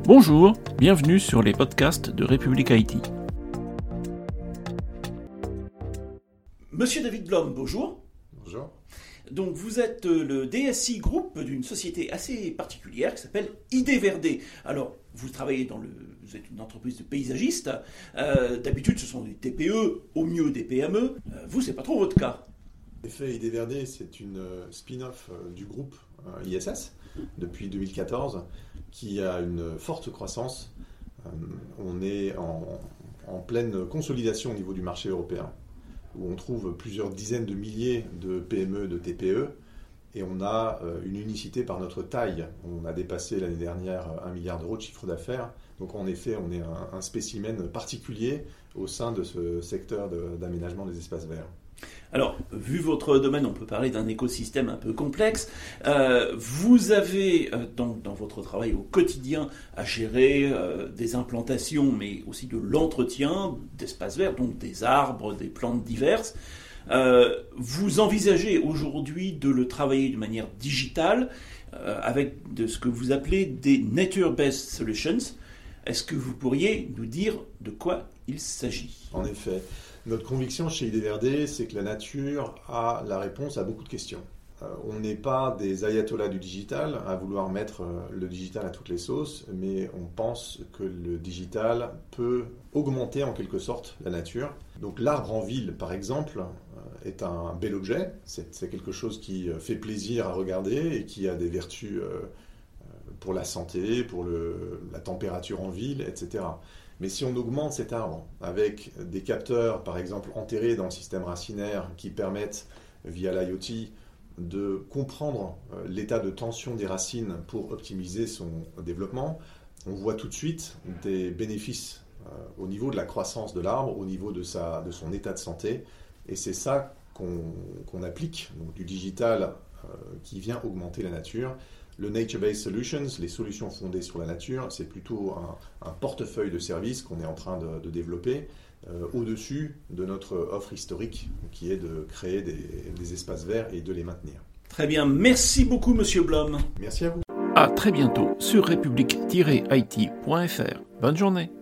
Bonjour, bienvenue sur les podcasts de République IT. Monsieur David Blom, bonjour. Bonjour. Donc vous êtes le DSI groupe d'une société assez particulière qui s'appelle ID Verde. Alors vous travaillez vous êtes une entreprise de paysagistes. D'habitude ce sont des TPE, au mieux des PME. Vous, c'est pas trop votre cas. En effet, ID Verde, c'est une spin-off du groupe ISS depuis 2014 qui a une forte croissance. On est en pleine consolidation au niveau du marché européen, où on trouve plusieurs dizaines de milliers de PME, de TPE, et on a une unicité par notre taille. On a dépassé l'année dernière 1 milliard d'euros de chiffre d'affaires. Donc en effet, on est un spécimen particulier au sein de ce secteur d'aménagement des espaces verts. Alors, vu votre domaine, on peut parler d'un écosystème un peu complexe. Vous avez, dans votre travail au quotidien, à gérer des implantations, mais aussi de l'entretien d'espaces verts, donc des arbres, des plantes diverses. Vous envisagez aujourd'hui de le travailler de manière digitale, avec de ce que vous appelez des Nature-Based Solutions. Est-ce que vous pourriez nous dire de quoi il s'agit ? En effet. Notre conviction chez ID Verde, c'est que la nature a la réponse à beaucoup de questions. On n'est pas des ayatollahs du digital à vouloir mettre le digital à toutes les sauces, mais on pense que le digital peut augmenter en quelque sorte la nature. Donc l'arbre en ville, par exemple, est un bel objet. C'est quelque chose qui fait plaisir à regarder et qui a des vertus pour la santé, pour la température en ville, etc. Mais si on augmente cet arbre avec des capteurs, par exemple, enterrés dans le système racinaire qui permettent, via l'IoT, de comprendre l'état de tension des racines pour optimiser son développement, on voit tout de suite des bénéfices au niveau de la croissance de l'arbre, au niveau de son état de santé. Et c'est ça qu'on applique, donc du digital qui vient augmenter la nature. Le Nature-Based Solutions, les solutions fondées sur la nature, c'est plutôt un portefeuille de services qu'on est en train de développer au-dessus de notre offre historique, qui est de créer des espaces verts et de les maintenir. Très bien, merci beaucoup Monsieur Blom. Merci à vous. À très bientôt sur république-it.fr. Bonne journée.